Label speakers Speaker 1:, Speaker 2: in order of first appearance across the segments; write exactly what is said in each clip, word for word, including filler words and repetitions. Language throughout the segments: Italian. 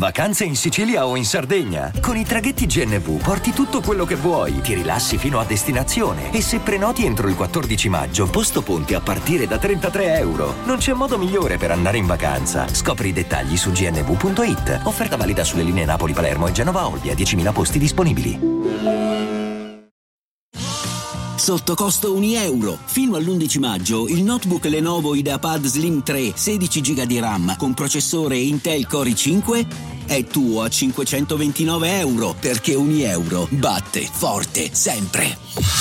Speaker 1: Vacanze in Sicilia o in Sardegna? Con i traghetti G N V porti tutto quello che vuoi, ti rilassi fino a destinazione e se prenoti entro il quattordici maggio, posto ponti a partire da trentatré euro. Non c'è modo migliore per andare in vacanza. Scopri i dettagli su g n v punto i t. Offerta valida sulle linee Napoli-Palermo e Genova-Olbia, diecimila posti disponibili.
Speaker 2: Sotto costo un euro. Fino all'undici maggio il notebook Lenovo IdeaPad Slim tre sedici giga di RAM con processore Intel Core i cinque è tuo a cinquecentoventinove euro, perché un euro batte forte sempre.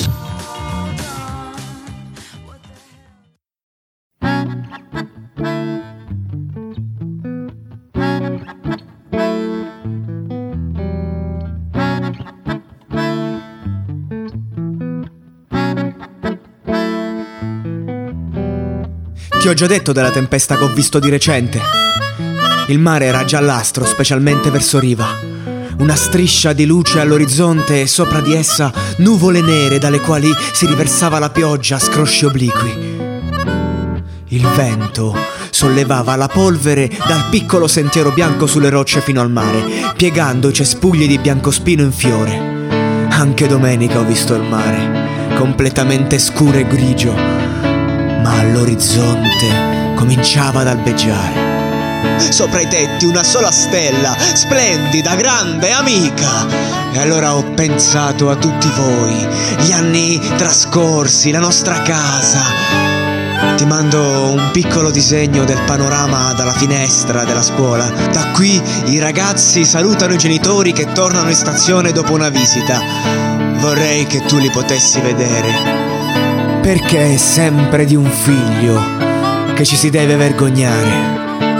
Speaker 3: Ti ho già detto della tempesta che ho visto di recente. Il mare era giallastro, specialmente verso riva. Una striscia di luce all'orizzonte e sopra di essa nuvole nere dalle quali si riversava la pioggia a scrosci obliqui. Il vento sollevava la polvere dal piccolo sentiero bianco sulle rocce fino al mare, piegando i cespugli di biancospino in fiore. Anche domenica ho visto il mare, completamente scuro e grigio, ma all'orizzonte cominciava ad albeggiare. Sopra i tetti una sola stella, splendida, grande, amica. E allora ho pensato a tutti voi, gli anni trascorsi, la nostra casa. Ti mando un piccolo disegno del panorama dalla finestra della scuola. Da qui i ragazzi salutano i genitori che tornano in stazione dopo una visita. Vorrei che tu li potessi vedere, perché è sempre di un figlio che ci si deve vergognare.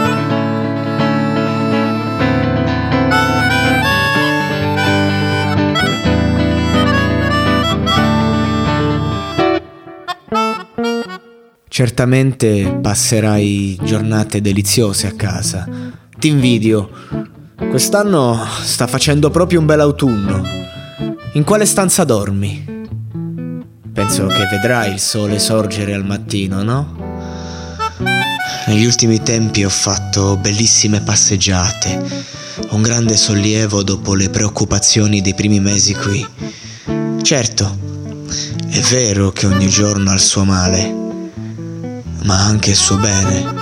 Speaker 3: Certamente passerai giornate deliziose a casa. Ti invidio. Quest'anno sta facendo proprio un bel autunno. In quale stanza dormi? Penso che vedrai il sole sorgere al mattino, no? Negli ultimi tempi ho fatto bellissime passeggiate, un grande sollievo dopo le preoccupazioni dei primi mesi qui. Certo, è vero che ogni giorno ha il suo male, ma anche il suo bene.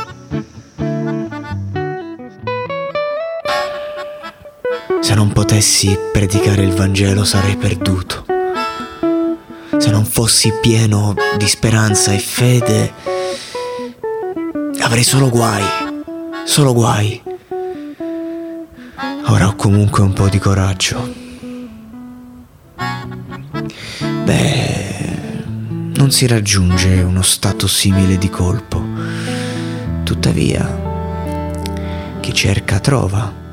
Speaker 3: Se non potessi predicare il Vangelo sarei perduto. Se non fossi pieno di speranza e fede, avrei solo guai, solo guai. Ora ho comunque un po' di coraggio. Beh, non si raggiunge uno stato simile di colpo. Tuttavia, chi cerca trova.